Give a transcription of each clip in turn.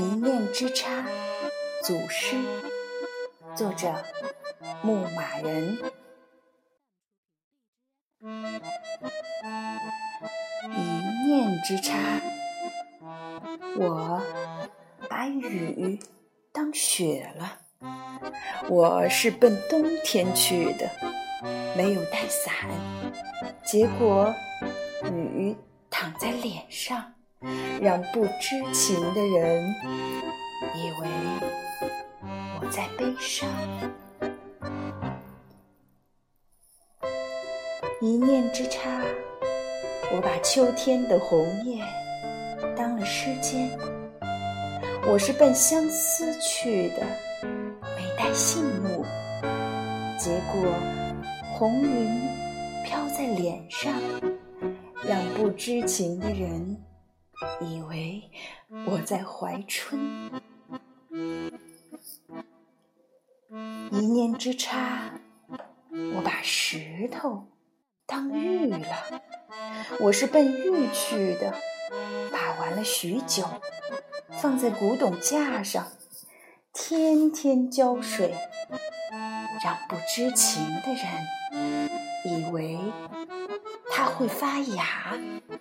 念之差，组诗，作者牧马人。一念之差，我把雨当雪了。我是奔冬天去的，没有带伞，结果雨淌在脸上，让不知情的人以为我在悲伤。一念之差，我把秋天的红叶当了诗笺。我是奔相思去的，没带信物，结果红云飘在脸上，让不知情的人以为我在怀春。一念之差，我把石头当玉了。我是奔玉去的，把玩了许久，放在古董架上，天天浇水，让不知情的人以为它会发芽。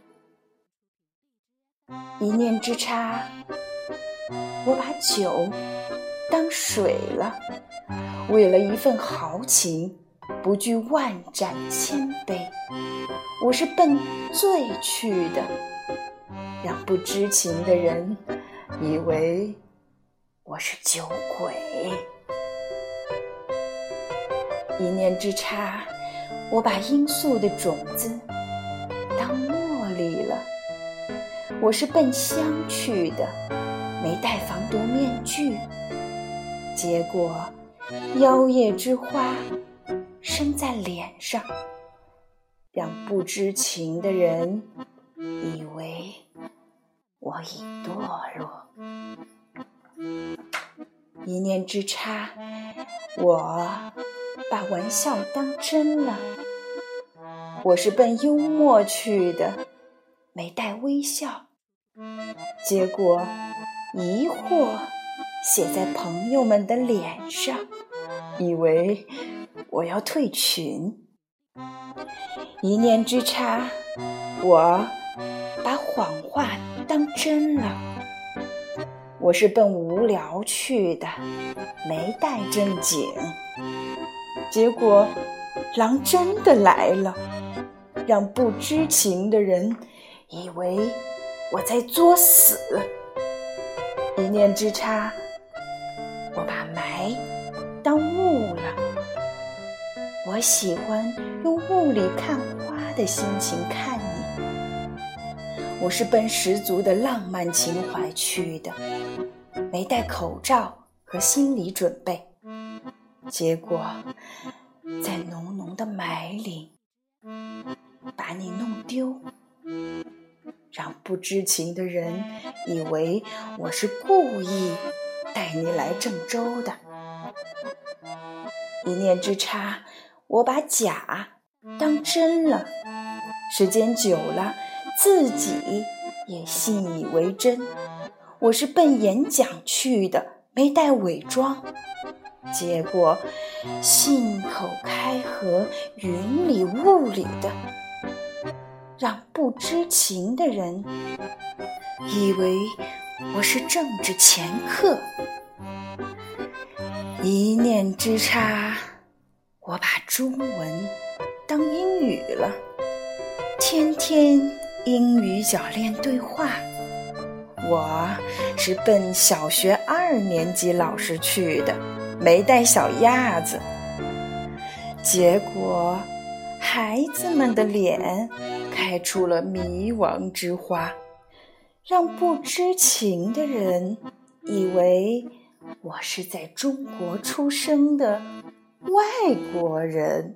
一念之差，我把酒当水了。为了一份豪情，不惧万盏千杯，我是奔醉去的，让不知情的人以为我是酒鬼。一念之差，我把罂粟的种子当茉莉了。我是奔香去的，没戴防毒面具，结果妖冶之花生在脸上，让不知情的人以为我已堕落。一念之差，我把玩笑当真了。我是奔幽默去的，没带微笑，结果疑惑写在朋友们的脸上，以为我要退群。一念之差，我把谎话当真了。我是奔无聊去的，没带正经，结果狼真的来了，让不知情的人以为我在作死。一念之差，我把霾当雾了。我喜欢用雾里看花的心情看你。我是奔十足的浪漫情怀去的，没戴口罩和心理准备，结果在浓浓的霾里把你弄丢，让不知情的人以为我是故意带你来郑州的。一念之差，我把假当真了，时间久了自己也信以为真。我是奔演讲去的，没带伪装，结果信口开河，云里雾里的，让不知情的人以为我是政治掮客。一念之差，我把中文当英语了，天天英语角练对话。我是奔小学2年级老师去的，没带小鸭子，结果孩子们的脸开出了迷惘之花，让不知情的人以为我是在中国出生的外国人。